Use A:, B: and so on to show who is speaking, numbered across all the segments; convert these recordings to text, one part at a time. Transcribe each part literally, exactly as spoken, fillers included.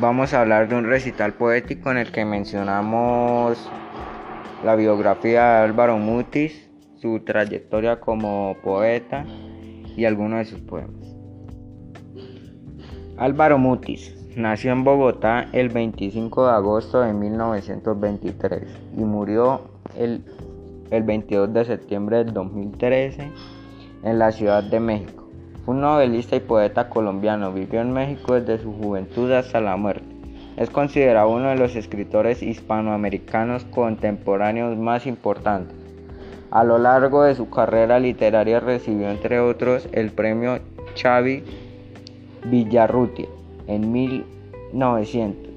A: vamos a hablar de un recital poético en el que mencionamos la biografía de Álvaro Mutis, su trayectoria como poeta y algunos de sus poemas. Álvaro Mutis nació en Bogotá el veinticinco de agosto de mil novecientos veintitrés y murió el, el veintidós de septiembre del dos mil trece en la Ciudad de México. Fue un novelista y poeta colombiano, vivió en México desde su juventud hasta la muerte. Es considerado uno de los escritores hispanoamericanos contemporáneos más importantes. A lo largo de su carrera literaria recibió, entre otros, el premio Xavi Villarrutia en mil novecientos,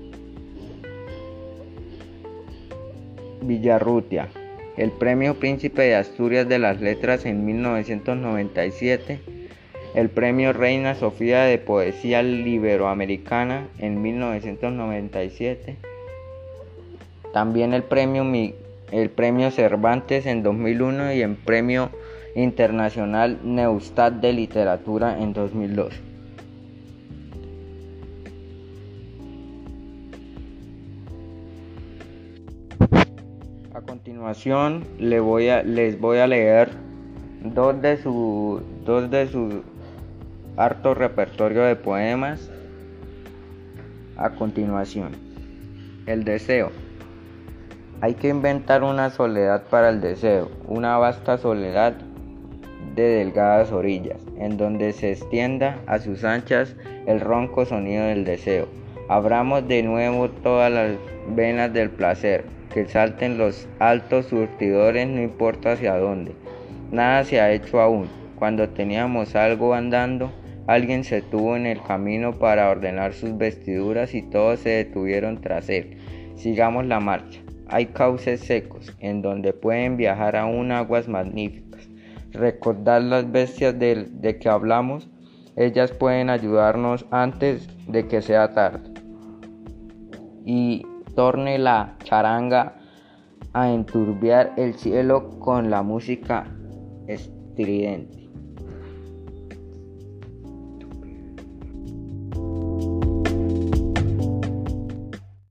A: Villarrutia, el premio Príncipe de Asturias de las Letras en mil novecientos noventa y siete, el premio Reina Sofía de Poesía Iberoamericana en mil novecientos noventa y siete, también el premio, el premio Cervantes en dos mil uno y el premio internacional Neustadt de Literatura en dos mil dos. A continuación les voy a, les voy a leer dos de su, dos de su harto repertorio de poemas. A continuación, el deseo. Hay que inventar una soledad para el deseo, una vasta soledad de delgadas orillas, en donde se extienda a sus anchas el ronco sonido del deseo. Abramos de nuevo todas las venas del placer, que salten los altos surtidores, no importa hacia dónde. Nada se ha hecho aún. Cuando teníamos algo andando, alguien se tuvo en el camino para ordenar sus vestiduras y todos se detuvieron tras él. Sigamos la marcha. Hay cauces secos, en donde pueden viajar aún aguas magníficas. Recordad las bestias de, de que hablamos, ellas pueden ayudarnos antes de que sea tarde. Y torne la charanga a enturbiar el cielo con la música estridente.